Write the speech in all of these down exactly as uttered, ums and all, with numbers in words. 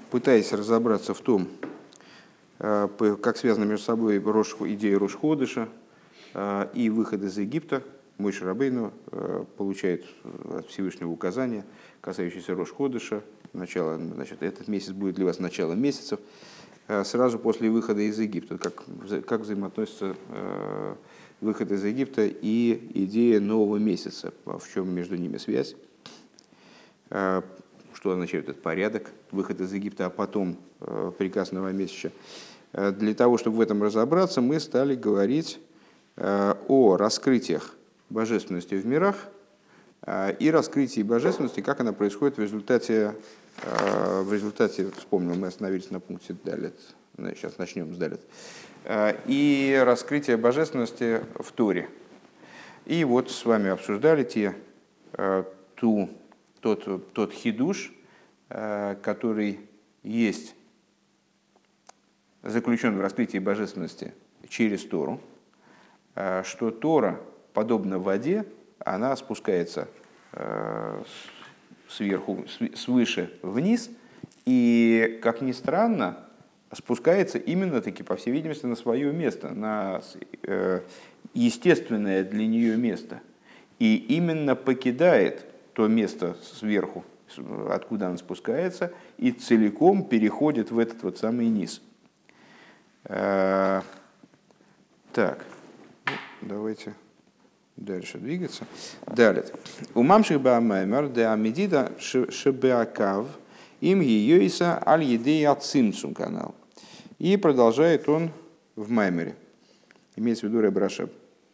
пытаясь разобраться в том, как связаны между собой Рош, идея Рош Ходыша и выход из Египта, Моше Рабейну получает от Всевышнего указания, касающиеся Рош Ходыша. Начало, значит, этот месяц будет для вас началом месяцев, сразу после выхода из Египта. Как, как взаимоотносится выход из Египта и идея нового месяца, в чем между ними связь, что означает этот порядок, выход из Египта, а потом приказ новомесяча. Для того, чтобы в этом разобраться, мы стали говорить о раскрытиях божественности в мирах и раскрытии божественности, как она происходит в результате, в результате, вспомнил, мы остановились на пункте Далет, сейчас начнем с Далет, и раскрытие божественности в Торе. И вот с вами обсуждали те, ту, тот, тот хидуш, который есть заключен в раскрытии божественности через Тору, что Тора, подобно воде, она спускается сверху, свыше вниз, и, как ни странно, спускается именно-таки, по всей видимости, на свое место, на естественное для нее место. И именно покидает то место сверху, откуда она спускается, и целиком переходит в этот вот самый низ. Так, давайте дальше двигаться. Далее. У мамших баамаймар де амедида шебеакав им еёиса аль едея цимцум канал. И продолжает он в маймере. Имеется в виду Ребе Рашаб,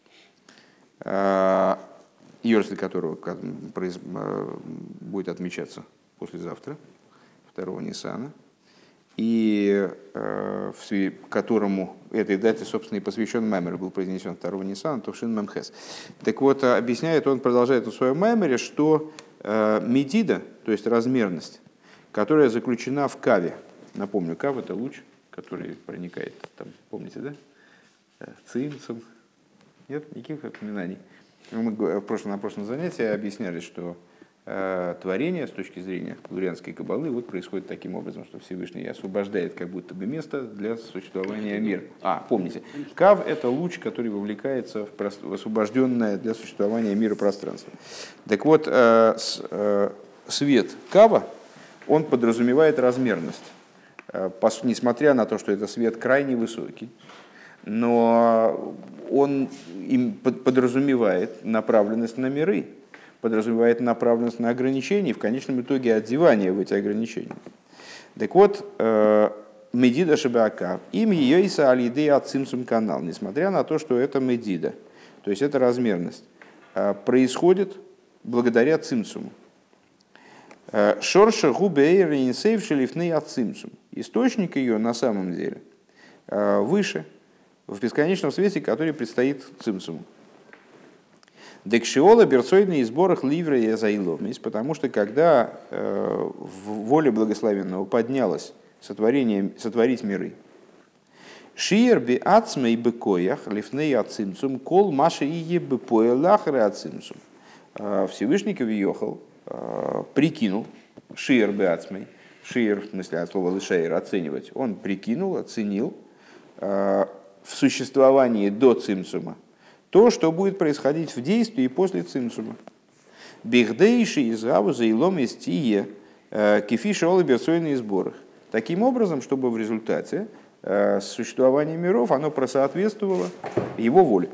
йорцлик которого будет отмечаться послезавтра, второго Ниссана, и э, в которому этой дате, собственно, и посвящен маймер, был произнесен второго Ниссана, Товшин Мемхес. Так вот, объясняет, он продолжает в своем маймере, что э, медида, то есть размерность, которая заключена в каве, напомню, кав — это луч, который проникает, там, помните, да, цимцем, нет, никаких напоминаний. Мы в прошлом, на прошлом занятии объясняли, что э, творение с точки зрения лурианской каббалы вот происходит таким образом, что Всевышний освобождает как будто бы место для существования мира. А, помните, кав — это луч, который вовлекается в, прос... в освобожденное для существования мира пространство. Так вот, э, с, э, свет кава, он подразумевает размерность, э, пос... несмотря на то, что это свет крайне высокий, но он им подразумевает направленность на миры, подразумевает направленность на ограничения, в конечном итоге одевание в эти ограничения. Так вот, медида шебеакав, им еёиса аль едея цимцум канал, несмотря на то, что это медида, то есть это размерность, происходит благодаря цимцуму. Шорша губейр инсейв шелифней от цимцум. Источник ее на самом деле выше, в бесконечном свете, который предстоит цимцуму. Декшиола берцойные сборах ливра и азаиловмис, потому что когда э, в воле благословенного поднялось сотворение, сотворить миры, шиер би ацмей бекоях лифней ацимцум кол маши ие бепоэлахры ацимцум. Всевышний Кавиохал э, прикинул, шиер би ацмей, шиер, в смысле от слова лишейр, оценивать, он прикинул, оценил э, в существовании до цимцума то, что будет происходить в действии после цимцума. Бигдейши из гауза и лом из тие кефиши олы берцойные сборах. Таким образом, чтобы в результате существования миров оно просоответствовало его воле.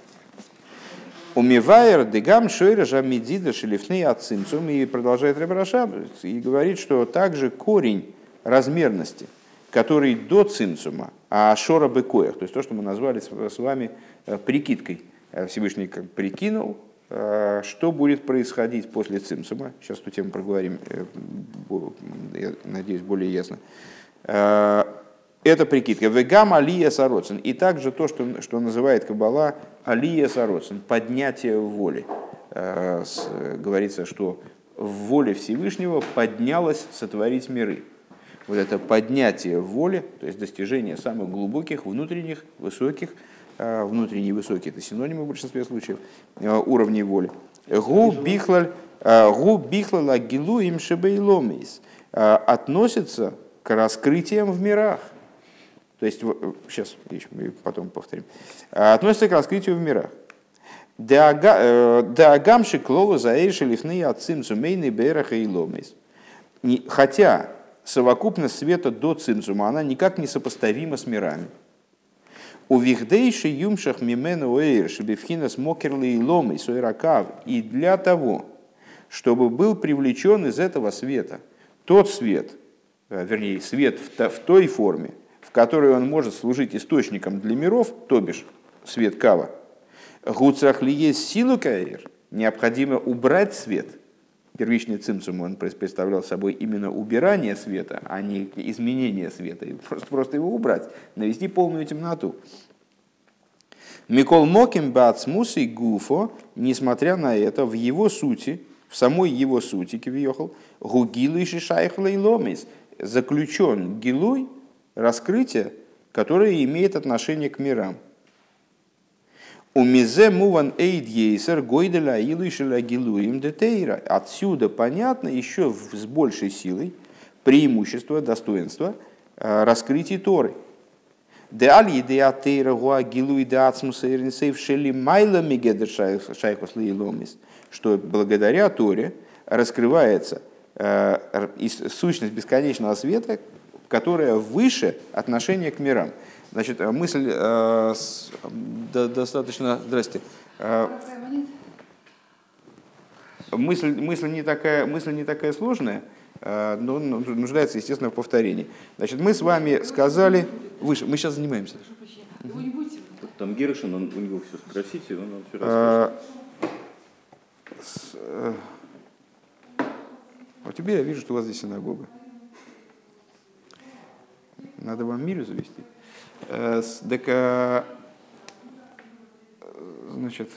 Умивайер дегам шойра жамедида шелифней от цимцум. И продолжает Ребе Рашаб и говорит, что также корень размерности, который до цимцума, а шора бекоях, то есть то, что мы назвали с вами прикидкой. Всевышний как прикинул, что будет происходить после цимцума. Сейчас эту тему проговорим, я надеюсь, более ясно. Это прикидка. Вегам алия сароцин. И также то, что, что называет Каббала алия сароцин, поднятие воли. Говорится, что в воле Всевышнего поднялось сотворить миры. Вот это поднятие воли, то есть достижение самых глубоких, внутренних, высоких, внутренние высокие — это синонимы в большинстве случаев, уровней воли. Гу бихлаль агилу им шебейломис относится к раскрытиям в мирах. То есть, сейчас, потом повторим. Относится к раскрытию в мирах. Деагамши клолу заэйши лифны ацим цумейны бераха и ломис. Хотя совокупность света до цимцума, она никак не сопоставима с мирами. У вихдейши юмшах мимену эйрши бифхинас мокерли и ломис суэракав. И для того, чтобы был привлечен из этого света тот свет, вернее, свет в той форме, в которой он может служить источником для миров, то бишь свет кава, гуцах ли есть силу каир, необходимо убрать свет. Первичный цимцум, он представлял собой именно убирание света, а не изменение света. Просто, просто его убрать, навести полную темноту. Микол Моким Бацмус и Гуфо, несмотря на это, в его сути, в самой его сути, кивиохал, гугилуй шишайхлей ломис, заключен гилуй, раскрытие, которое имеет отношение к мирам. У мизе муван эйд ейсер гойделя илуй шеля гилуем детейра. Отсюда понятно еще с большей силой преимущество, достоинство раскрытия Торы. Де аль идея тейра гуа гилуй де ацмуса ирнсейв шели майла мигедер шайхосли ломис. Что благодаря Торе раскрывается сущность бесконечного света, которая выше отношения к мирам. Значит, мысль э, с, до, достаточно... Здрасте. Э, мысль, мысль, не такая, мысль не такая сложная, э, но нуждается, естественно, в повторении. Значит, мы с вами сказали... Выше, мы сейчас занимаемся. Там Гершин, он, у него все спросите, он вам все расскажет. С, э, вот теперь я вижу, что у вас здесь синагога. Надо вам миру завести. Э, так, э, значит,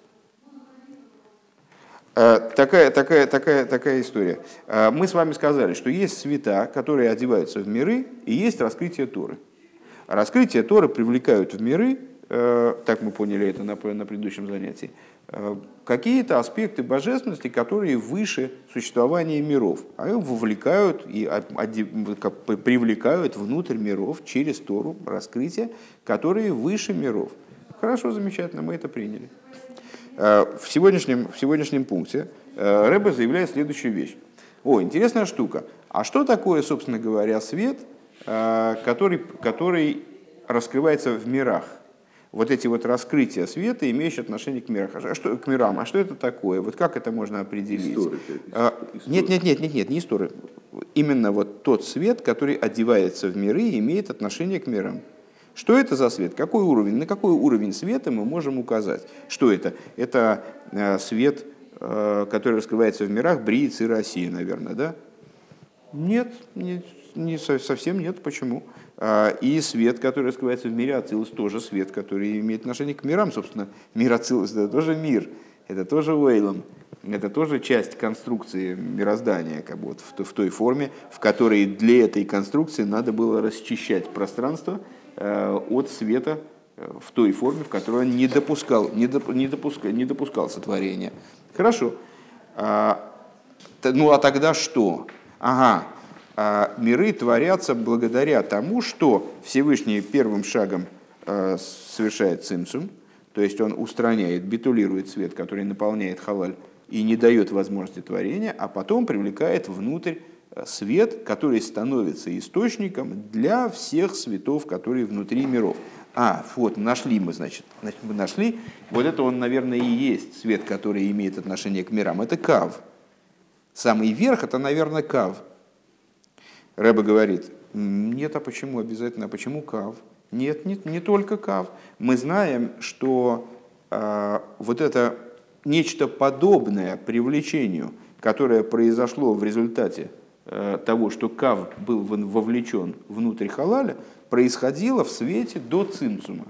э, такая, такая, такая, такая история. Э, мы с вами сказали, что есть света, которые одеваются в миры, и есть раскрытие Торы. Раскрытие Торы привлекают в миры, э, так мы поняли это на, на предыдущем занятии, э, какие-то аспекты божественности, которые выше существования миров. Они вовлекают и привлекают внутрь миров через Тору раскрытия, которые выше миров. Хорошо, замечательно, мы это приняли. В сегодняшнем, в сегодняшнем пункте Ребе заявляет следующую вещь. О, интересная штука. А что такое, собственно говоря, свет, который, который раскрывается в мирах? Вот эти вот раскрытия света, имеющие отношение к мирам. А что, к мирам. А что это такое? Вот как это можно определить? История, а, нет, нет, нет, нет, нет, не история. Именно вот тот свет, который одевается в миры и имеет отношение к мирам. Что это за свет? Какой уровень? На какой уровень света мы можем указать? Что это? Это э, свет, э, который раскрывается в мирах, Брии, Цира, России, наверное, да? Нет, нет. Не, совсем нет. Почему? И свет, который раскрывается в мире Ацилус, тоже свет, который имеет отношение к мирам. Собственно, мир Ацилус — это тоже мир, это тоже Уэйлом, это тоже часть конструкции мироздания, как бы вот в, в той форме, в которой для этой конструкции надо было расчищать пространство э, от света в той форме, в которой он не допускал, не доп, не допускал, не допускал сотворения. Хорошо. А, ну а тогда что? Ага. Миры творятся благодаря тому, что Всевышний первым шагом совершает цимцум, то есть он устраняет, битулирует свет, который наполняет халаль и не дает возможности творения, а потом привлекает внутрь свет, который становится источником для всех светов, которые внутри миров. А, вот, нашли мы, значит, значит, мы нашли, вот это он, наверное, и есть свет, который имеет отношение к мирам, это кав. Самый верх — это, наверное, кав. Ребе говорит, нет, а почему обязательно, а почему кав? Нет, нет, не только кав. Мы знаем, что э, вот это нечто подобное привлечению, которое произошло в результате э, того, что кав был вовлечен внутрь халаля, происходило в свете до цимцума.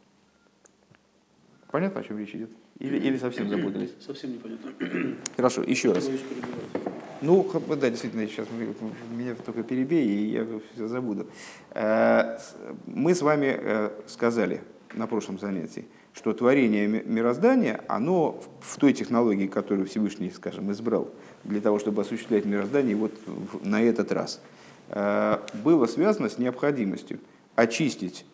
Понятно, о чем речь идет? Или, или совсем запутались? Совсем непонятно. Хорошо, еще раз. Ну, да, действительно, сейчас меня только перебей, и я все забуду. Мы с вами сказали на прошлом занятии, что творение мироздания, оно в той технологии, которую Всевышний, скажем, избрал для того, чтобы осуществлять мироздание вот на этот раз, было связано с необходимостью очистить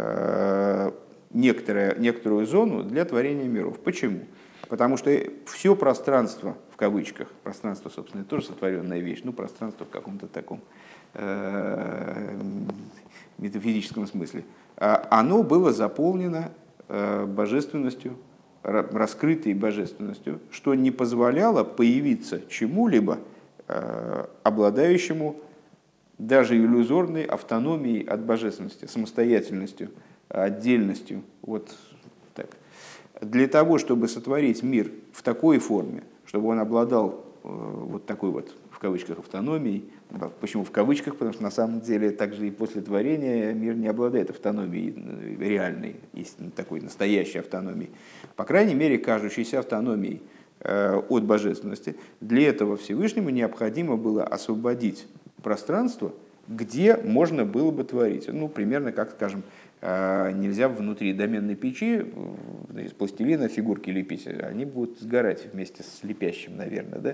некоторое, некоторую зону для творения миров. Почему? Потому что все пространство, в кавычках, пространство, собственно, тоже сотворенная вещь, ну, пространство в каком-то таком э, метафизическом смысле, оно было заполнено э, божественностью, раскрытой божественностью, что не позволяло появиться чему-либо, э, обладающему даже иллюзорной автономией от божественности, самостоятельностью, отдельностью. Вот так. Для того, чтобы сотворить мир в такой форме, чтобы он обладал э, вот такой вот, в кавычках, автономией. Почему в кавычках? Потому что на самом деле также и после творения мир не обладает автономией реальной, есть такой настоящей автономией. По крайней мере, кажущейся автономией э, от божественности. Для этого Всевышнему необходимо было освободить пространство, где можно было бы творить. Ну, примерно как, скажем, нельзя внутри доменной печи из пластилина фигурки лепить, они будут сгорать вместе с лепящим, наверное. Да?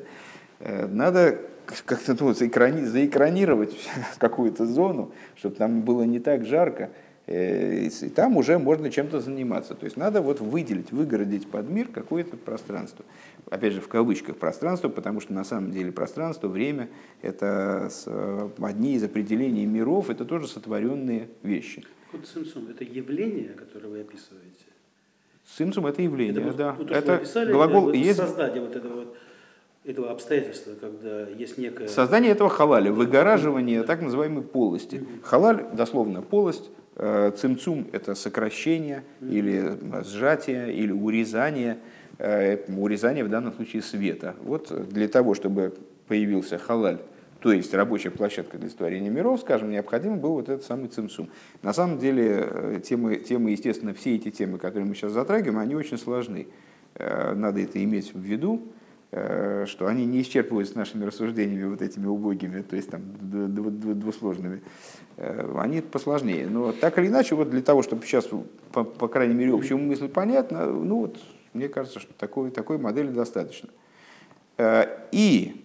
Надо как-то ну, заэкрани, заэкранировать какую-то зону, чтобы там было не так жарко, и там уже можно чем-то заниматься. То есть надо вот выделить, выгородить под мир какое-то пространство. Опять же, в кавычках пространство, потому что на самом деле пространство, время – это одни из определений миров, это тоже сотворенные вещи. Вот цимсум – это явление, которое вы описываете? Цимсум – это явление, это, да. Вот, это описали, глагол вот есть... создание вот этого, вот, этого обстоятельства, когда есть некое… Создание этого халаля, выгораживание так называемой полости. Mm-hmm. Халаль, дословно, полость. Цимцум – это сокращение, mm-hmm. или сжатие, или урезание. Урезание в данном случае света. Вот для того, чтобы появился халаль, то есть рабочая площадка для творения миров, скажем, необходим был вот этот самый цимсум. На самом деле, темы, темы, естественно, все эти темы, которые мы сейчас затрагиваем, они очень сложны. Надо это иметь в виду, что они не исчерпываются нашими рассуждениями вот этими убогими, то есть там двусложными. Они посложнее. Но так или иначе, вот для того, чтобы сейчас, по, по крайней мере, общую мысль понятна, ну вот, мне кажется, что такой, такой модели достаточно. И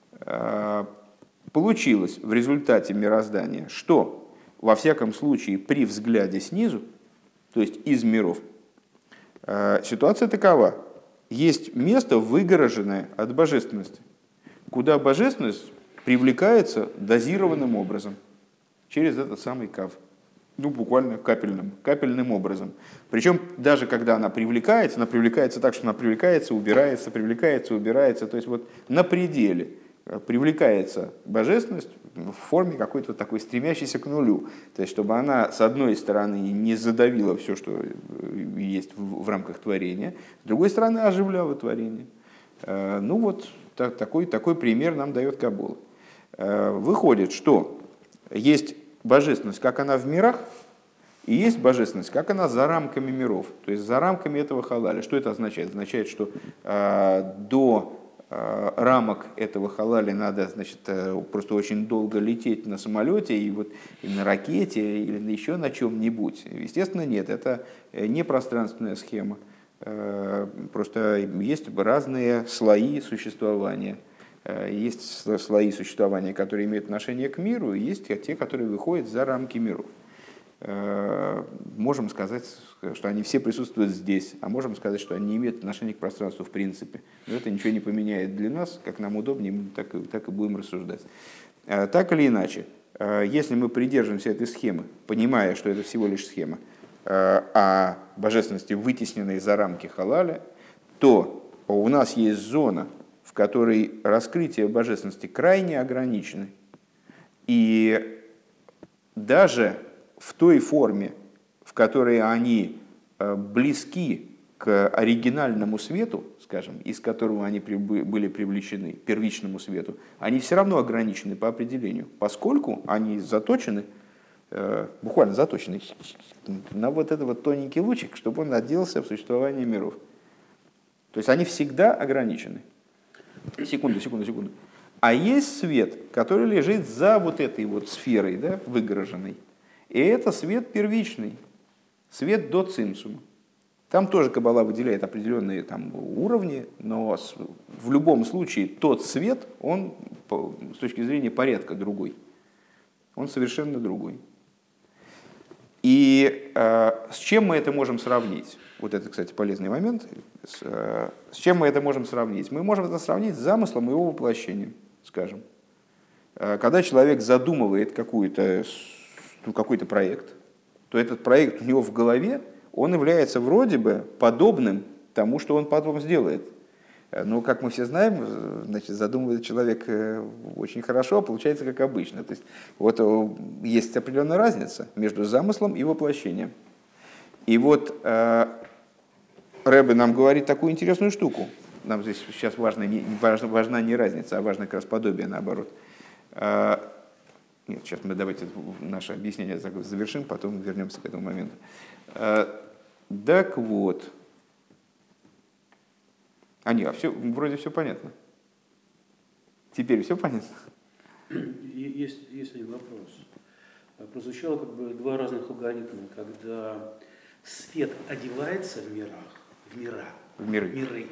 получилось в результате мироздания, что, во всяком случае, при взгляде снизу, то есть из миров, ситуация такова. Есть место, выгороженное от божественности, куда божественность привлекается дозированным образом, через этот самый кав. Ну, буквально капельным, капельным образом. Причем даже когда она привлекается, она привлекается так, что она привлекается, убирается, привлекается, убирается. То есть вот на пределе привлекается божественность в форме какой-то такой стремящейся к нулю. То есть чтобы она, с одной стороны, не задавила все, что есть в, в рамках творения, с другой стороны, оживляла творение. Ну вот так, такой, такой пример нам дает Каббала. Выходит, что есть божественность, как она в мирах, и есть божественность, как она за рамками миров, то есть за рамками этого халаля. Что это означает? Означает, что э, до э, рамок этого халаля надо, значит, э, просто очень долго лететь на самолете, и вот и на ракете, или еще на чем-нибудь. Естественно, нет, это не пространственная схема. Э, просто есть разные слои существования. Есть слои существования, которые имеют отношение к миру, и есть те, которые выходят за рамки миров. Можем сказать, что они все присутствуют здесь, а можем сказать, что они не имеют отношения к пространству в принципе. Но это ничего не поменяет для нас, как нам удобнее, мы так и, так и будем рассуждать. Так или иначе, если мы придерживаемся этой схемы, понимая, что это всего лишь схема, а божественности, вытесненной за рамки халаля, то у нас есть зона, в которой раскрытие божественности крайне ограничено. И даже в той форме, в которой они близки к оригинальному свету, скажем, из которого они были привлечены, первичному свету, они все равно ограничены по определению, поскольку они заточены, буквально заточены на вот этот вот тоненький лучик, чтобы он оделся в существование миров. То есть они всегда ограничены. Секунду, секунду, секунду. А есть свет, который лежит за вот этой вот сферой, да, выгороженной. И это свет первичный, свет до цимсума. Там тоже Каббала выделяет определенные там уровни, но в любом случае тот свет, он с точки зрения порядка другой. Он совершенно другой. И э, с чем мы это можем сравнить? Вот это, кстати, полезный момент. С, э, с чем мы это можем сравнить? Мы можем это сравнить с замыслом и его воплощением, скажем. Э, когда человек задумывает какую-то, ну, какой-то проект, то этот проект у него в голове, он является вроде бы подобным тому, что он потом сделает. Но, как мы все знаем, значит, задумывает человек очень хорошо, а получается как обычно. То есть, вот есть определенная разница между замыслом и воплощением. И вот э, Ребе нам говорит такую интересную штуку. Нам здесь сейчас важна не, важна, важна не разница, а важно как раз подобие, наоборот. Э, нет, сейчас мы давайте наше объяснение завершим, потом вернемся к этому моменту. Э, так вот... А нет, а все, вроде все понятно. Теперь все понятно? Есть, есть один вопрос. Прозвучало как бы два разных алгоритма, когда свет одевается в мирах, в мира, в миры. миры.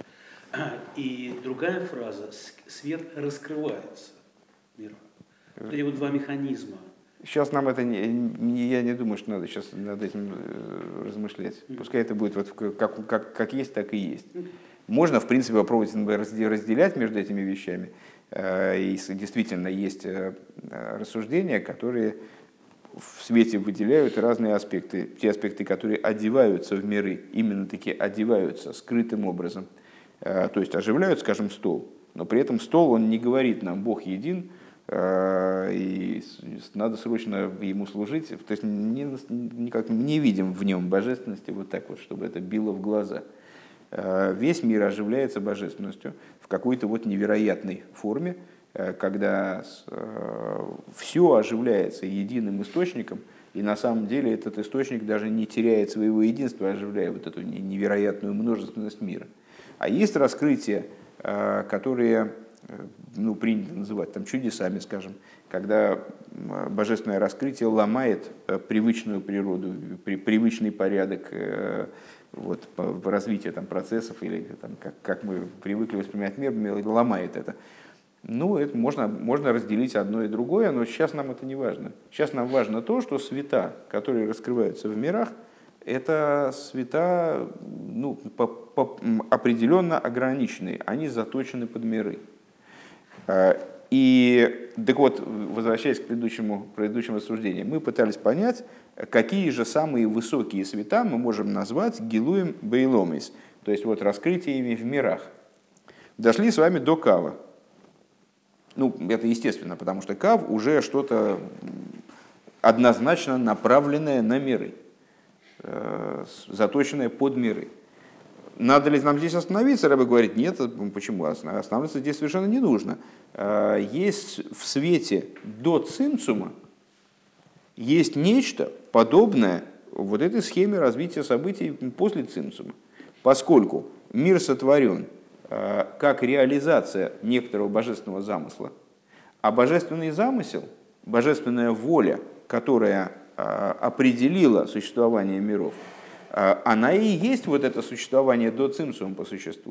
И другая фраза, свет раскрывается в мирах. Вот эти вот два механизма. Сейчас нам это не, не, я не думаю, что надо сейчас над этим размышлять. Пускай это будет вот как, как, как есть, так и есть. Можно, в принципе, попробовать разделять между этими вещами. И действительно есть рассуждения, которые в свете выделяют разные аспекты. Те аспекты, которые одеваются в миры, именно таки одеваются скрытым образом. То есть оживляют, скажем, стол. Но при этом стол, он не говорит нам «Бог един», и надо срочно ему служить. То есть не, никак не видим в нем божественности вот так вот, чтобы это било в глаза. Весь мир оживляется божественностью в какой-то вот невероятной форме, когда все оживляется единым источником, и на самом деле этот источник даже не теряет своего единства, оживляя вот эту невероятную множественность мира. А есть раскрытия, которые, ну, принято называть там чудесами, скажем, когда божественное раскрытие ломает привычную природу, привычный порядок вот, по, по развитию там, процессов, или там, как, как мы привыкли воспринимать мир, ломает это. Ну, это можно, можно разделить одно и другое, но сейчас нам это не важно. Сейчас нам важно то, что света, которые раскрываются в мирах, это света, ну, по, по, определенно ограниченные, они заточены под миры. И, так вот, возвращаясь к предыдущему, предыдущему рассуждению, мы пытались понять, какие же самые высокие света мы можем назвать гилуем бейломис, то есть вот раскрытиями в мирах. Дошли с вами до кава. Ну, это естественно, потому что кав уже что-то однозначно направленное на миры, заточенное под миры. Надо ли нам здесь остановиться? Ребе говорит, нет, почему? Останавливаться здесь совершенно не нужно. Есть в свете до цимцума, есть нечто подобное вот этой схеме развития событий после цимцума. Поскольку мир сотворен как реализация некоторого божественного замысла, а божественный замысел, божественная воля, которая определила существование миров, она и есть вот это существование до цимсума по существу.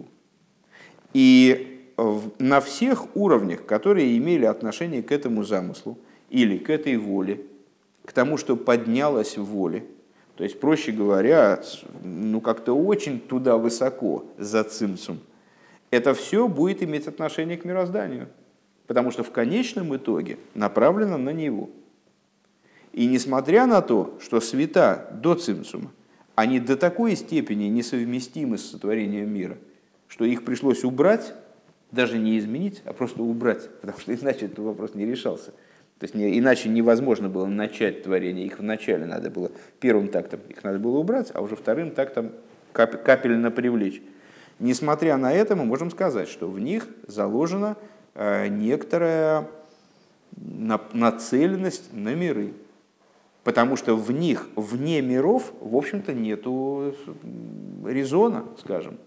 И на всех уровнях, которые имели отношение к этому замыслу или к этой воле, к тому, что поднялось в воле, то есть, проще говоря, ну как-то очень туда высоко за цимсум, это все будет иметь отношение к мирозданию, потому что в конечном итоге направлено на него. И несмотря на то, что света до цимсума, они до такой степени несовместимы с сотворением мира, что их пришлось убрать, даже не изменить, а просто убрать, потому что иначе этот вопрос не решался. То есть не, иначе невозможно было начать творение, их вначале надо было, первым тактом их надо было убрать, а уже вторым тактом кап, капельно привлечь. Несмотря на это, мы можем сказать, что в них заложена э, некоторая нацеленность на миры. Потому что в них, вне миров, в общем-то, нету резона, скажем.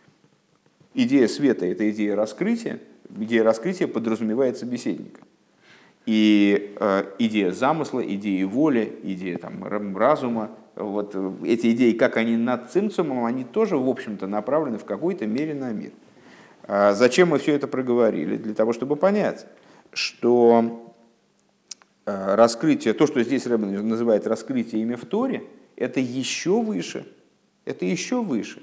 Идея света – это идея раскрытия. Идея раскрытия подразумевает собеседника. И э, идея замысла, идея воли, идея там, разума, вот эти идеи, как они над цимцумом, они тоже, в общем-то, направлены в какой-то мере на мир. А зачем мы все это проговорили? Для того, чтобы понять, что раскрытие, то, что здесь Ребе называет раскрытие в Торе, это еще выше. Это еще выше.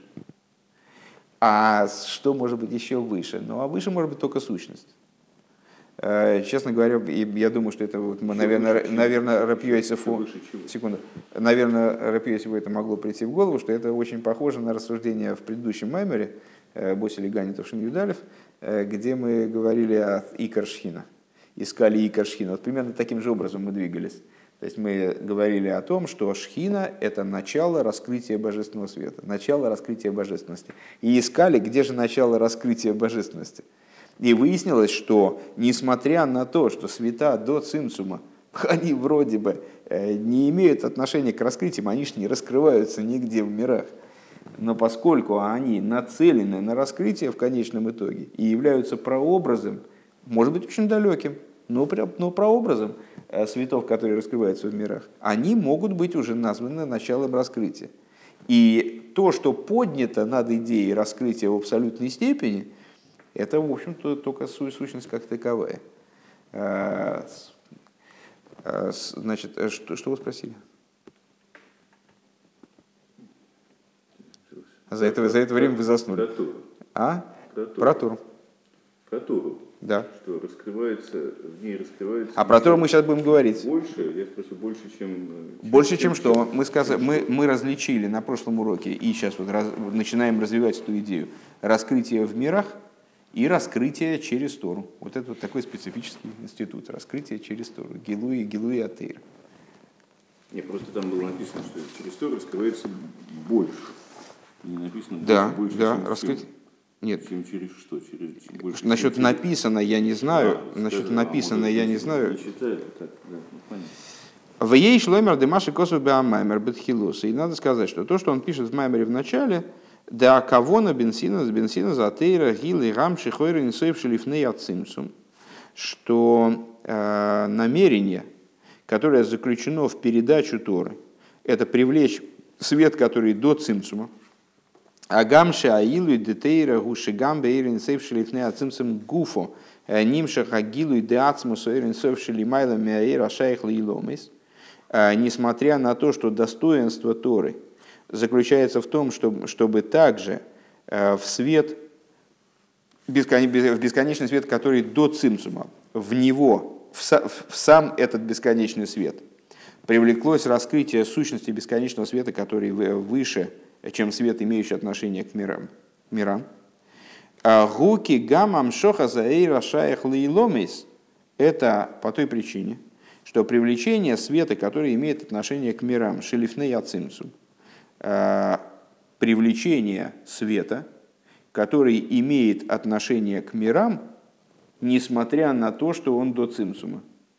А что может быть еще выше? Ну, а выше может быть только сущность. Честно говоря, я думаю, что это, вот, наверное, выше, наверное, Рабби Йосефу, секунду, наверное, Рабби Йосефу это могло прийти в голову, что это очень похоже на рассуждение в предыдущем маймере Босили Гани Товшин Юдалев, где мы говорили о Икар Шхина, искали Икар Шхина. Вот примерно таким же образом мы двигались. То есть мы говорили о том, что Шхина – это начало раскрытия божественного света, начало раскрытия божественности. И искали, где же начало раскрытия божественности. И выяснилось, что несмотря на то, что света до цимцума, они вроде бы не имеют отношения к раскрытиям, они же не раскрываются нигде в мирах. Но поскольку они нацелены на раскрытие в конечном итоге и являются прообразом, может быть очень далеким, но, но прообразом светов, которые раскрываются в мирах, они могут быть уже названы началом раскрытия. И то, что поднято над идеей раскрытия в абсолютной степени, это, в общем-то, только сущность как таковая. Значит, что, что вы спросили? За это, за это время вы заснули. Про Тору. А? Про Тору. Про Тору. Про Тору. Да. Что раскрывается, в ней раскрывается... А про Тору мы сейчас будем говорить. Больше, я спрошу, больше, чем... Больше, чем, чем что? Мы, сказали, мы, мы различили на прошлом уроке, и сейчас вот раз, начинаем развивать эту идею, раскрытие в мирах и раскрытие через Тору. Вот это вот такой специфический институт, раскрытие через Тору. Гилуи, Гилуи Атеир. Не, просто там было написано, что через Тору раскрывается больше. Не написано да, больше, да, чем раскрыть. Нет. Чем через что? Через, больше, насчет чем написано я не знаю. А, насчет скажи, написано а, я не знаю. Не читаю, так, да, ну, понятно. В ей шломер демаши косу беамаймер бетхилуса. И надо сказать, что то, что он пишет в маймере в начале, да кавона бенсина с бенсина за тейра гилы гам шихойра несоев шелифней ацимцум, что э, намерение, которое заключено в передачу Торы, это привлечь свет, который до цимцума. Агамши аилу детейра гуши гамбе ирин сейв шелифней ацимцум гуфо нимшах агилу деацмусу ирин сейв шелимайла меаира шайх лиломис. Несмотря на то, что достоинство Торы заключается в том, чтобы, чтобы также в свет, в бесконечный свет, который до цимцума, в него, в сам этот бесконечный свет, привлеклось раскрытие сущности бесконечного света, который выше, чем свет, имеющий отношение к мирам. мирам. Гуки гамам шоха заэйра шаях лейломис. Это по той причине, что привлечение света, который имеет отношение к мирам, шелифней ацимцум, привлечение света, который имеет отношение к мирам, несмотря на то, что он до цимцума.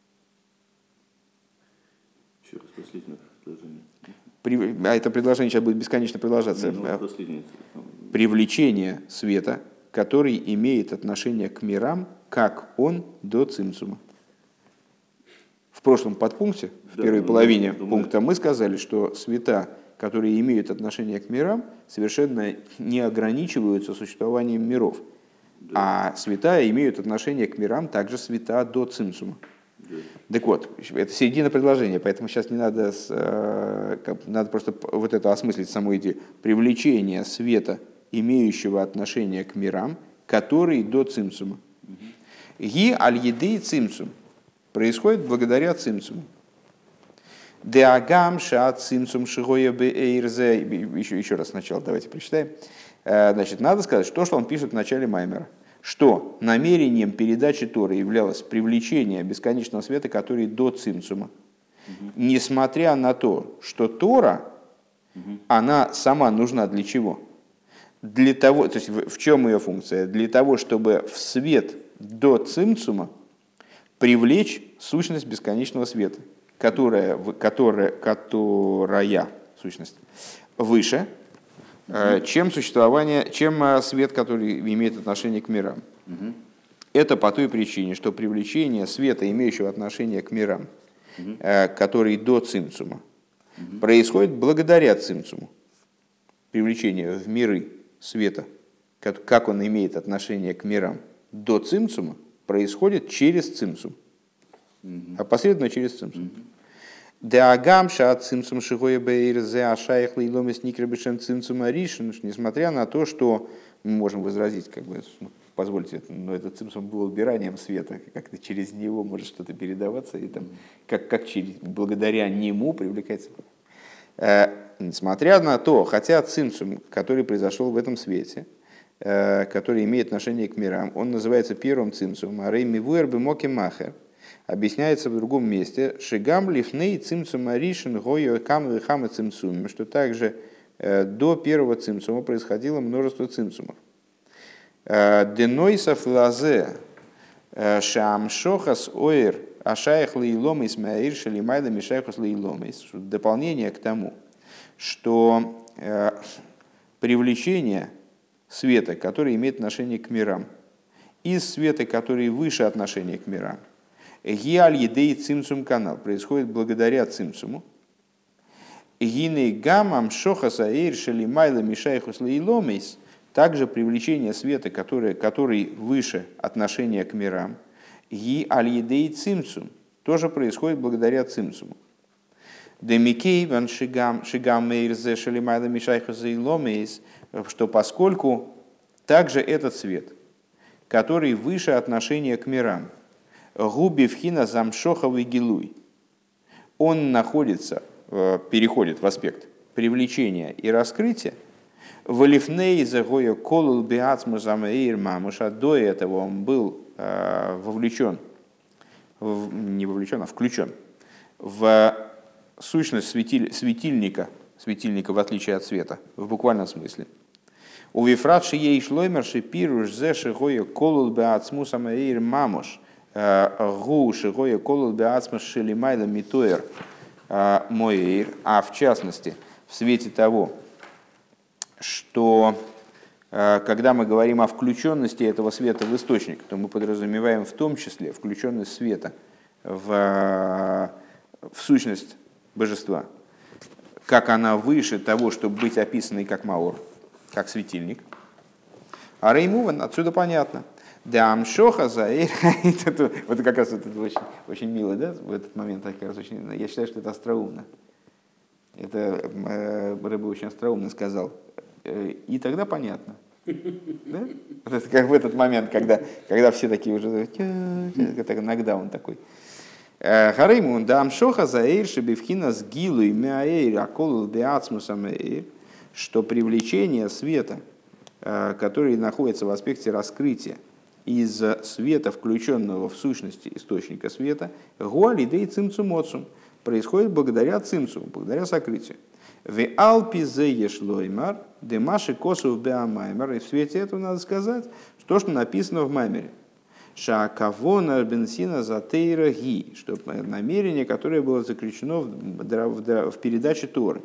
Еще раз, последнее предложение. При, а это предложение сейчас будет бесконечно продолжаться. Не, ну, последнее. Привлечение света, который имеет отношение к мирам, как он до цимцума. В прошлом подпункте, в да, первой ну, половине думаю, пункта, мы сказали, что света, которые имеют отношение к мирам, совершенно не ограничиваются существованием миров. Да. А света имеют отношение к мирам, также света до цимцума. Да. Так вот, это середина предложения, поэтому сейчас не надо, надо просто вот это осмыслить саму идею. Привлечение света, имеющего отношение к мирам, который до цимцума. Ги аль-еды цимцум. Происходит благодаря цимцуму. Деагам шаат цимцум шигоя бэйрзе. Еще, еще раз сначала давайте прочитаем. Значит, надо сказать, что, что он пишет в начале маймера. Что намерением передачи Торы являлось привлечение бесконечного света, который до цимцума. Угу. Несмотря на то, что Тора, угу. она сама нужна для чего? Для того, то есть в чем ее функция? Для того, чтобы в свет до цимцума привлечь сущность бесконечного света, которая, которая, которая сущность выше, mm-hmm. чем существование, чем свет, который имеет отношение к мирам. Mm-hmm. Это по той причине, что привлечение света, имеющего отношение к мирам, mm-hmm. который до цимцума, mm-hmm. происходит благодаря цимцуму. Привлечение в миры света, как, как он имеет отношение к мирам до цимцума, происходит через цимцум. опосредованно через цимсум. Деагамша от цимсум шигоя бейрзе ашаях лейломис никребешем цимсум аришин, несмотря на то, что мы можем возразить, как бы, ну, позвольте, но этот цимсум был убиранием света, как-то через него может что-то передаваться, и там, как, как через, благодаря нему привлекается. Э, несмотря на то, хотя цимсум, который произошел в этом свете, э, который имеет отношение к мирам, он называется первым цимсумом, а рейми вуэр бемоки махер, объясняется в другом месте, шигам лифней цимсум аришин гойо кам вихама цимсум, что также э, до первого цимсума происходило множество цимсумов. Денойсов лазе шамшохас оир ашаях лейломис маир шелимайда мишайхус лейломис. Дополнение к тому, что э, привлечение света, который имеет отношение к мирам, из света, который выше отношения к мирам, гиаль едей цимсум канал, происходит благодаря цимсуму. Гиней гамам шохас аир шелимайда мишайхус лейломис. Также привлечение света, который, который выше отношения к мирам, и аль-едей цимсум, тоже происходит благодаря цимсуму. Демикей ван шигам шигам мейрзе шалимайда мишайхуза и ломейс, что поскольку также этот свет, который выше отношения к мирам, губи вхина замшоховый гилуй, он находится, переходит в аспект привлечения и раскрытия. Валифней загоя колул биацму замеир мамуша. До этого он был э, вовлечен, в, не вовлечен, а включен в сущность светиль, светильника, светильника в отличие от света, в буквальном смысле. У вифратши ей шлоймер шипируш зе шигоя колул биацму замеир мамуш гу шигоя колул биацму шелимайда митоер моир. А в частности, в свете того, что когда мы говорим о включенности этого света в источник, то мы подразумеваем в том числе включенность света в, в сущность божества, как она выше того, чтобы быть описанной как маор, как светильник. А реймуван, отсюда понятно. Да, амшоха заэр, вот как раз это очень, очень мило, да, в этот момент, как раз очень, я считаю, что это остроумно. Это Рэбе очень остроумно сказал. И тогда понятно. Да? Вот это как в этот момент, когда, когда все такие уже... Иногда он такой. Хареймун дам шоха заэйр шебевхина с гилу и мяэйр аколу деацмусам эйр, что привлечение света, который находится в аспекте раскрытия, из света, включенного в сущности источника света, гуалидей цимцумоцум, происходит благодаря цимцуму, благодаря сокрытию. В алпи зееш лоймар, демаши косов беамаймер. И в свете этого надо сказать, что то, что написано в маймере. Шаакавона бенсина затейра ги, что намерение, которое было заключено в, в, в передаче Торы.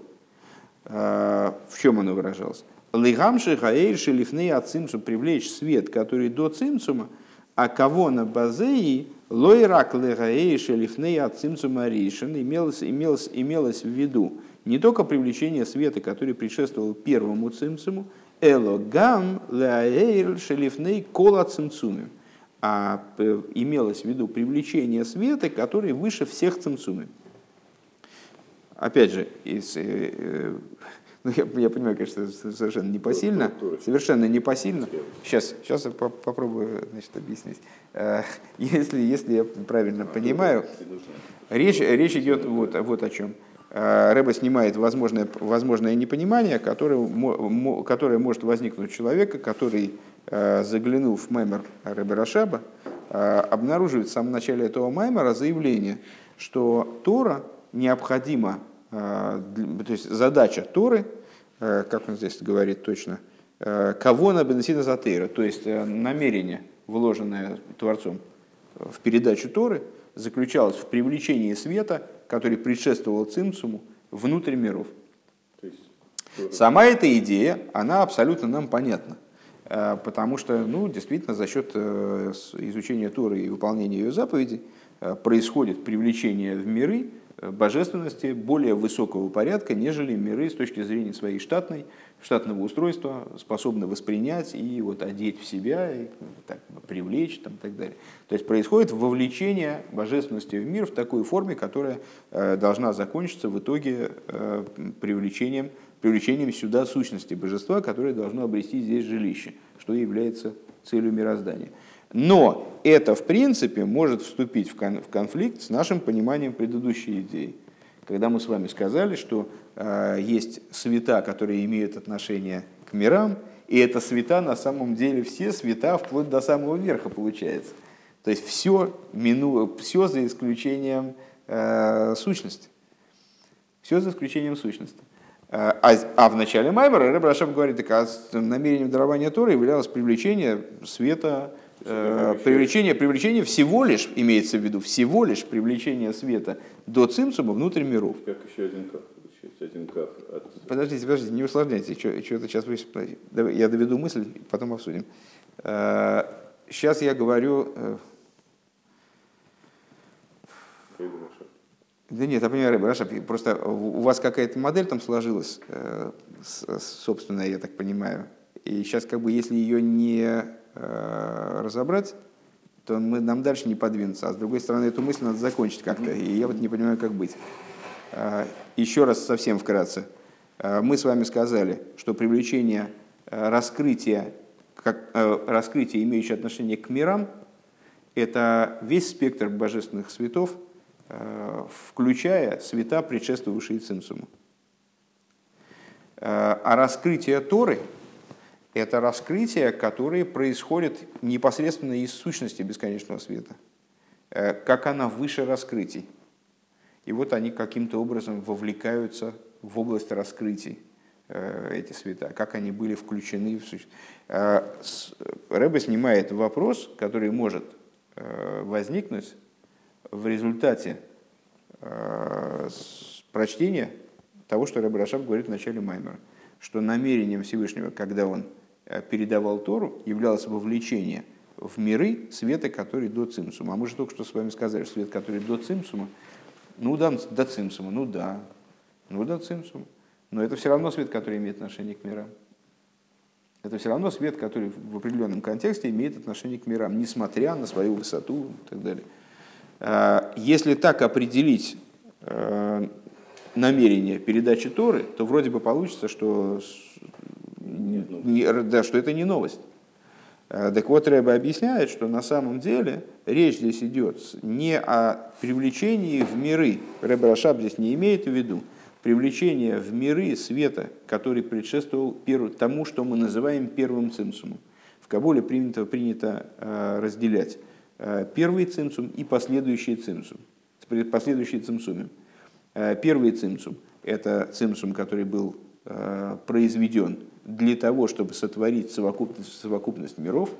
В чем оно выражалось? Лигамши хаэйр шелифней от цимцу, привлечь свет, который до цимцума, а кого на базеи лойрак легаэйр шелифней от цимцума ришен, имелось, имелось, имелось в виду не только привлечение света, который предшествовал первому цимцуму, элогам леаэйр шелифней кола цимцумим, а имелось в виду привлечение света, который выше всех цимцумим. Опять же, из, э, ну, я, я понимаю, конечно, совершенно непосильно, совершенно непосильно. Сейчас, сейчас я попробую, значит, объяснить. Если, если я правильно понимаю, речь, речь идет вот, вот о чем. Рэбе снимает возможное, возможное непонимание, которое, которое может возникнуть у человека, который, заглянув в маймер Ребе Рашаба, обнаруживает в самом начале этого маймера заявление, что Тора необходима, то есть задача Торы, как он здесь говорит точно, кого на бенесина затейра, то есть намерение, вложенное Творцом в передачу Торы, заключалось в привлечении света, который предшествовал цимцуму, внутрь миров. Сама эта идея, она абсолютно нам понятна, потому что, ну, действительно, за счет изучения Торы и выполнения ее заповедей происходит привлечение в миры божественности более высокого порядка, нежели миры с точки зрения своей штатной, штатного устройства, способны воспринять и вот одеть в себя, и так, привлечь там, и так далее. То есть происходит вовлечение божественности в мир в такой форме, которая э, должна закончиться в итоге э, привлечением, привлечением сюда сущности божества, которое должно обрести здесь жилище, что является целью мироздания. Но это, в принципе, может вступить в конфликт с нашим пониманием предыдущей идеи. Когда мы с вами сказали, что э, есть света, которые имеют отношение к мирам, и это света на самом деле все света вплоть до самого верха получается. То есть все, мину, все за исключением э, сущности. Все за исключением сущности. А, а в начале Маймера Ребе Рашаб говорит, так, а намерением дарования Торы являлось привлечение света, э, привлечение, привлечение всего лишь, имеется в виду, всего лишь привлечение света до цимцума внутрь миров. Как еще один каф получается, один каф от... Подождите, подождите, не усложняйте, что-то сейчас вы... Я доведу мысль, потом обсудим. Сейчас я говорю... Да нет, я понимаю, Ребе Рашаб, просто у вас какая-то модель там сложилась, собственная, я так понимаю. И сейчас, как бы, если ее не разобрать, то мы, нам дальше не подвинуться. А с другой стороны, эту мысль надо закончить как-то. И я вот не понимаю, как быть. Еще раз совсем вкратце. Мы с вами сказали, что привлечение раскрытия, как, раскрытие, имеющее отношение к мирам, это весь спектр божественных светов, включая света, предшествовавшие цимсуму. А раскрытие Торы – это раскрытие, которое происходит непосредственно из сущности бесконечного света, как она выше раскрытий. И вот они каким-то образом вовлекаются в область раскрытий, эти света, как они были включены в сущность. Ребе снимает вопрос, который может возникнуть в результате прочтения того, что Ребе Рашаб говорит в начале Маймера, что намерением Всевышнего, когда он передавал Тору, являлось вовлечение в миры света, который до цимсума. А мы же только что с вами сказали, что свет, который до цимсума, ну да, до цимсума, ну да, ну до цимсума. Но это все равно свет, который имеет отношение к мирам. Это все равно свет, который в определенном контексте имеет отношение к мирам, несмотря на свою высоту и так далее. Если так определить намерение передачи Торы, то вроде бы получится, что, не, да, что это не новость. Так вот, Ребе объясняет, что на самом деле речь здесь идет не о привлечении в миры. Ребе Рашаб здесь не имеет в виду привлечение в миры света, который предшествовал первому, тому, что мы называем первым цимсумом. В Кабуле принято, принято разделять первый цимсум и последующий цимсум, последующие цимсумы. Первый цимсум – это цимсум, который был произведен для того, чтобы сотворить совокупность, совокупность миров,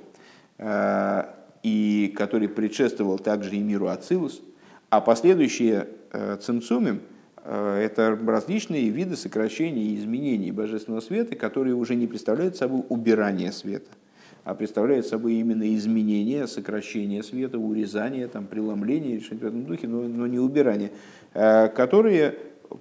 и который предшествовал также и миру Ацилус. А последующие цимсумы – это различные виды сокращений и изменений божественного света, которые уже не представляют собой убирание света, а представляют собой именно изменение, сокращение света, урезание, там, преломление, что-то в этом духе, но, но не убирание, которые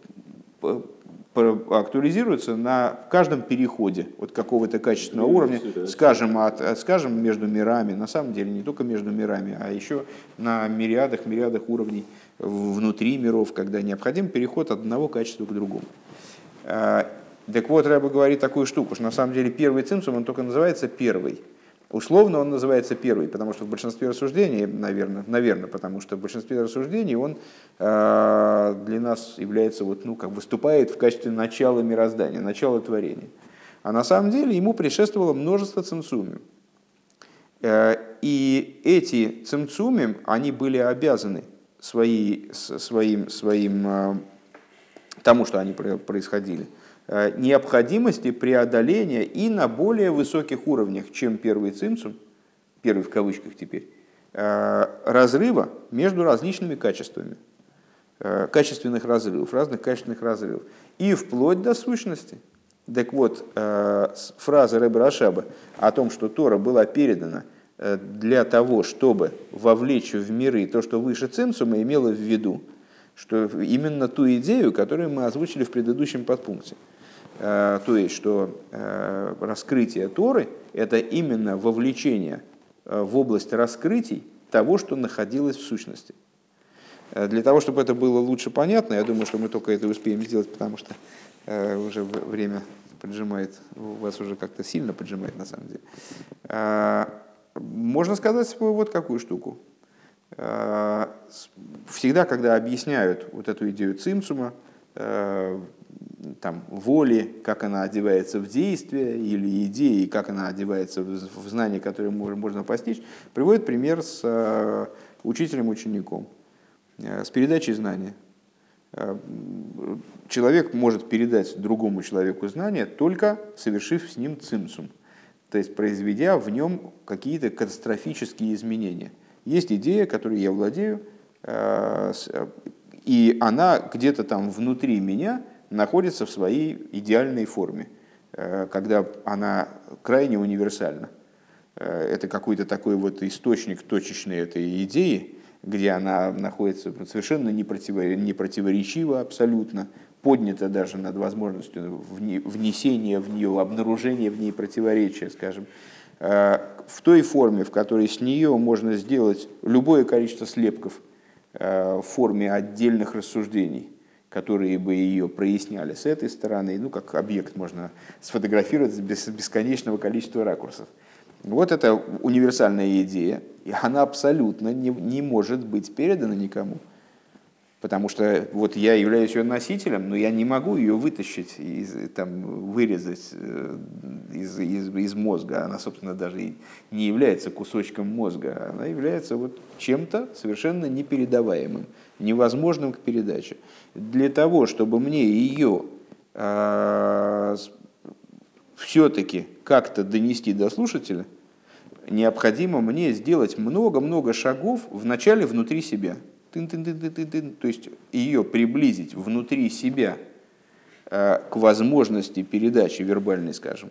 актуализируются на каждом переходе от какого-то качественного уровня, скажем, от, скажем, между мирами, на самом деле не только между мирами, а еще на мириадах, мириадах уровней внутри миров, когда необходим переход от одного качества к другому. Так вот, Ребе говорит такую штуку, что на самом деле первый цимсум, он только называется первый. Условно он называется первый, потому что в большинстве рассуждений, наверное, наверное потому что в большинстве рассуждений он э, для нас является, вот, ну, как выступает в качестве начала мироздания, начала творения. А на самом деле ему предшествовало множество цимсумим. Э, и эти цимсумим, они были обязаны свои, своим, своим, э, тому, что они происходили, необходимости преодоления и на более высоких уровнях, чем первый цимсум, первый в кавычках теперь, разрыва между различными качествами, качественных разрывов, разных качественных разрывов, и вплоть до сущности. Так вот, фраза Ребе Рашаба о том, что Тора была передана для того, чтобы вовлечь в миры то, что выше цимсума, имела в виду что именно ту идею, которую мы озвучили в предыдущем подпункте. То есть, что раскрытие Торы – это именно вовлечение в область раскрытий того, что находилось в сущности. Для того, чтобы это было лучше понятно, я думаю, что мы только это успеем сделать, потому что уже время поджимает, у вас уже как-то сильно поджимает на самом деле. Можно сказать вот какую штуку. Всегда, когда объясняют вот эту идею цимцума, там, воли, как она одевается в действие, или идеи, как она одевается в знания, которые можно постичь, приводит пример с учителем-учеником, с передачей знания. Человек может передать другому человеку знания, только совершив с ним цимцум, то есть произведя в нем какие-то катастрофические изменения. Есть идея, которой я владею, и она где-то там внутри меня находится в своей идеальной форме, когда она крайне универсальна. Это какой-то такой вот источник точечный этой идеи, где она находится совершенно непротиворечиво абсолютно, поднята даже над возможностью внесения в нее, обнаружения в ней противоречия, скажем, в той форме, в которой с нее можно сделать любое количество слепков в форме отдельных рассуждений, которые бы ее проясняли с этой стороны, ну, как объект можно сфотографировать без бесконечного количества ракурсов. Вот это универсальная идея, и она абсолютно не, не может быть передана никому. Потому что вот я являюсь ее носителем, но я не могу ее вытащить, из, там, вырезать из, из, из мозга. Она, собственно, даже и не является кусочком мозга. Она является вот чем-то совершенно непередаваемым, невозможным к передаче. Для того, чтобы мне ее э, все-таки как-то донести до слушателя, необходимо мне сделать много-много шагов вначале внутри себя. Тын-тын-тын-тын-тын. То есть ее приблизить внутри себя э, к возможности передачи вербальной, скажем.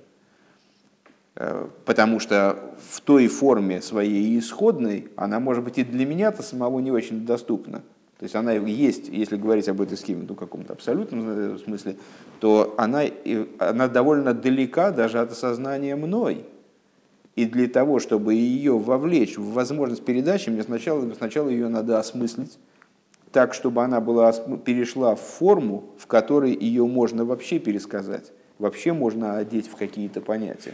Э, потому что в той форме своей исходной она, может быть, и для меня-то самого не очень доступна. То есть она есть, если говорить об этой схеме, ну, в каком-то абсолютном смысле, то она, она довольно далека даже от осознания мной. И для того, чтобы ее вовлечь в возможность передачи, мне сначала, сначала ее надо осмыслить, так, чтобы она была, перешла в форму, в которой ее можно вообще пересказать, вообще можно одеть в какие-то понятия.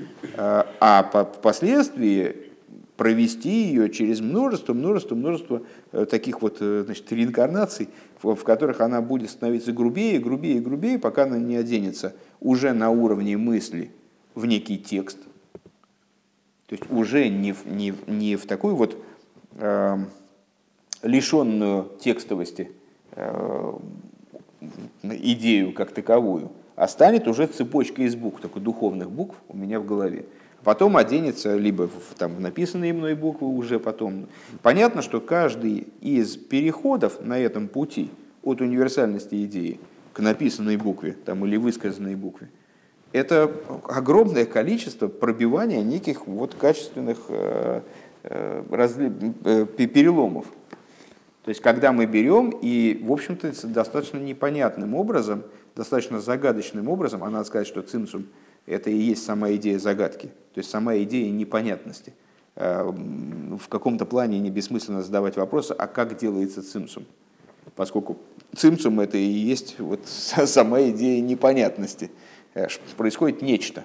А впоследствии провести ее через множество, множество, множество таких вот, значит, реинкарнаций, в которых она будет становиться грубее, грубее, грубее, пока она не оденется уже на уровне мысли в некий текст. То есть уже не в, не, не в такую вот э, лишенную текстовости э, идею как таковую, а станет уже цепочкой из букв, такой духовных букв у меня в голове. Потом оденется либо в, там, в написанные мной буквы уже потом. Понятно, что каждый из переходов на этом пути от универсальности идеи к написанной букве там, или высказанной букве, это огромное количество пробивания неких вот качественных э, э, разли... э, переломов. То есть, когда мы берем и, в общем-то, достаточно непонятным образом, достаточно загадочным образом, а надо сказать, что цимцум – это и есть сама идея загадки, то есть сама идея непонятности. Э, в каком-то плане не бессмысленно задавать вопросы, а как делается цимцум? Поскольку цимцум – это и есть вот сама идея непонятности. Происходит нечто.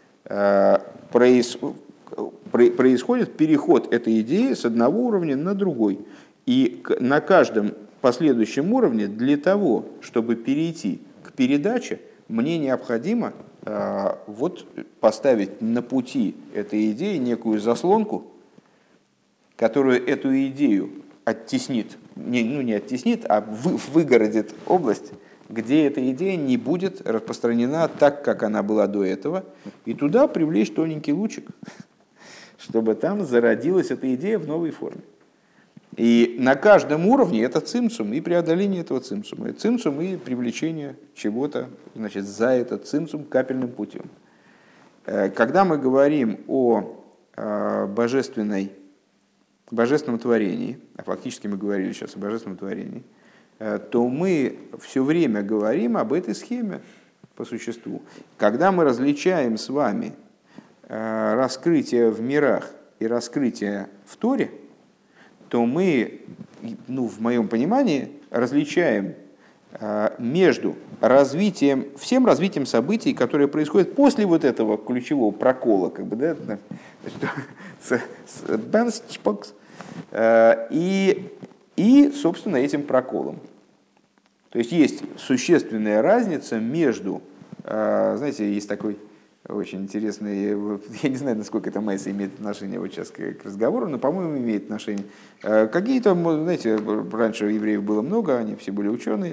Происходит переход этой идеи с одного уровня на другой. И на каждом последующем уровне для того, чтобы перейти к передаче, мне необходимо вот поставить на пути этой идеи некую заслонку, которую эту идею оттеснит, не, ну не оттеснит, а вы, выгородит область, где эта идея не будет распространена так, как она была до этого, и туда привлечь тоненький лучик, чтобы там зародилась эта идея в новой форме. И на каждом уровне это цимцум и преодоление этого цимцума. И цимцум и привлечение чего-то, значит, за этот цимцум капельным путем. Когда мы говорим о божественной, божественном творении, а фактически мы говорили сейчас о божественном творении, то мы все время говорим об этой схеме по существу. Когда мы различаем с вами раскрытие в мирах и раскрытие в Торе, то мы, ну, в моем понимании, различаем между развитием, всем развитием событий, которые происходят после вот этого ключевого прокола, как бы, да, и, и, собственно, этим проколом. То есть есть существенная разница между, знаете, есть такой очень интересный, я не знаю, насколько это майса имеет отношение вот сейчас к разговору, но, по-моему, имеет отношение. Какие-то, знаете, раньше евреев было много, они все были ученые,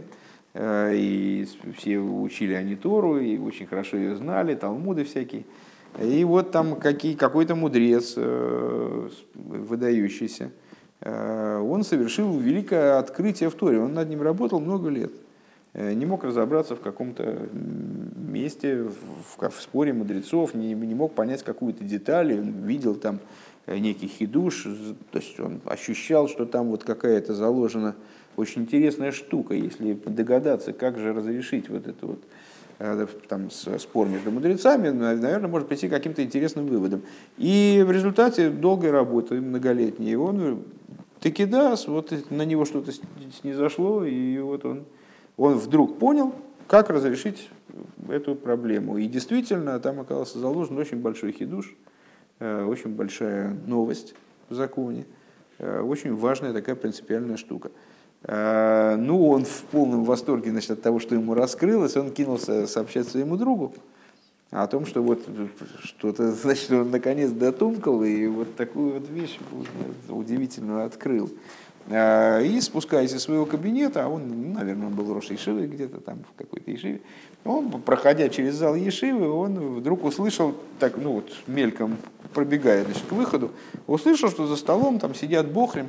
и все учили они Тору, и очень хорошо ее знали, талмуды всякие. И вот там какие, какой-то мудрец выдающийся, он совершил великое открытие в Торе, он над ним работал много лет. Не мог разобраться в каком-то месте, в, в споре мудрецов, не, не мог понять какую-то деталь, он видел там некий хидуш, то есть он ощущал, что там вот какая-то заложена очень интересная штука, если догадаться, как же разрешить вот это вот там, спор между мудрецами, наверное, может прийти к каким-то интересным выводам. И в результате долгой работы, многолетней, он таки да, вот на него что-то снизошло, и вот он Он вдруг понял, как разрешить эту проблему. И действительно, там оказался заложен очень большой хидуш, очень большая новость в законе, очень важная такая принципиальная штука. Ну, он в полном восторге, значит, от того, что ему раскрылось, он кинулся сообщать своему другу о том, что вот что-то, значит, он наконец дотумкал и вот такую вот вещь удивительную открыл. И спускаясь из своего кабинета, а он, наверное, он был рош ешивы где-то там в какой-то ешиве, он, проходя через зал ешивы, он вдруг услышал, так, ну вот мельком пробегая, значит, к выходу, услышал, что за столом там сидят бохрим,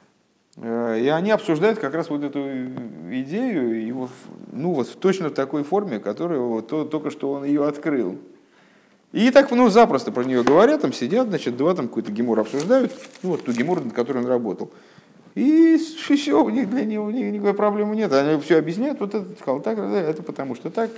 и они обсуждают как раз вот эту идею, его, ну вот точно в такой форме, которую вот, только что он ее открыл. И так, ну, запросто про нее говорят, там сидят, значит, два там какой-то гемор обсуждают, ну вот ту гемор, над которой он работал. И все, у них для него никакой проблемы нет. Они все объясняют, вот это сказал так, это потому что так.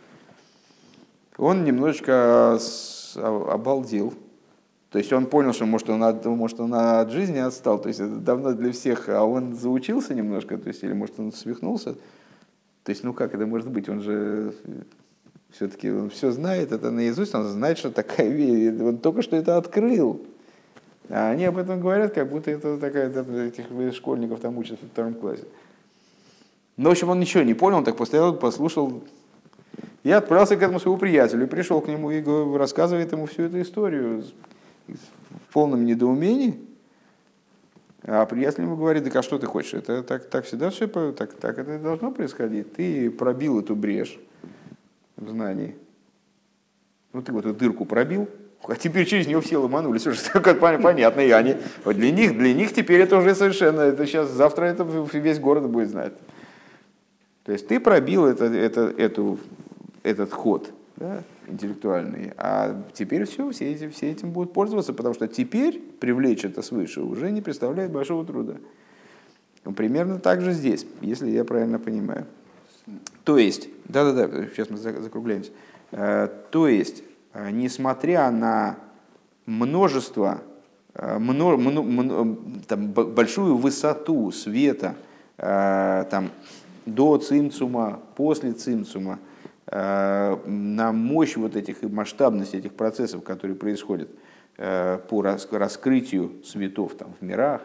Он немножечко обалдел. То есть он понял, что может он, от, может, он от жизни отстал. То есть это давно для всех, а он заучился немножко, то есть, или может он свихнулся. То есть, ну как это может быть? Он же все-таки он все знает, это наизусть, он знает, что такая вещь. Он только что это открыл. А они об этом говорят, как будто это такая, этих школьников там учат в втором классе. Ну, в общем, он ничего не понял, он так постоял, послушал. Я отправился к этому своему приятелю, пришел к нему и рассказывает ему всю эту историю в полном недоумении. А приятель ему говорит: да а что ты хочешь? Это так, так всегда все, так, так это должно происходить. Ты пробил эту брешь в знании. Ну, ты вот эту дырку пробил. А теперь через нее все ломанулись, уже понятно, и они, вот для них, для них теперь это уже совершенно, это сейчас, завтра это весь город будет знать. То есть ты пробил это, это, эту, этот ход, да, интеллектуальный, а теперь все, все, эти, все этим будут пользоваться, потому что теперь привлечь это свыше уже не представляет большого труда. Ну, примерно так же здесь, если я правильно понимаю. То есть, да-да-да, сейчас мы закругляемся, то есть, несмотря на множество, мно, мно, мно, там, большую высоту света там, до цимцума, после цимцума, на мощь вот этих и масштабность этих процессов, которые происходят по раскрытию светов там, в мирах,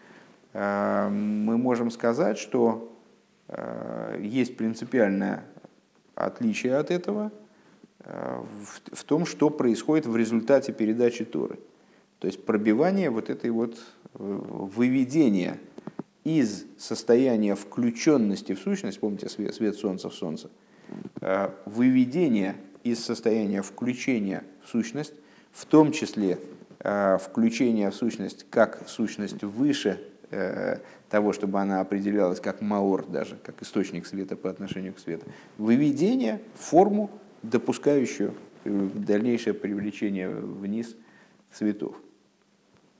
мы можем сказать, что есть принципиальное отличие от этого в том, что происходит в результате передачи Торы. То есть пробивание вот этой вот выведения из состояния включенности в сущность, помните, свет, свет солнца в солнце, выведение из состояния включения в сущность, в том числе включение в сущность как сущность выше того, чтобы она определялась как маор даже, как источник света по отношению к свету, выведение в форму, допускающую дальнейшее привлечение вниз цветов.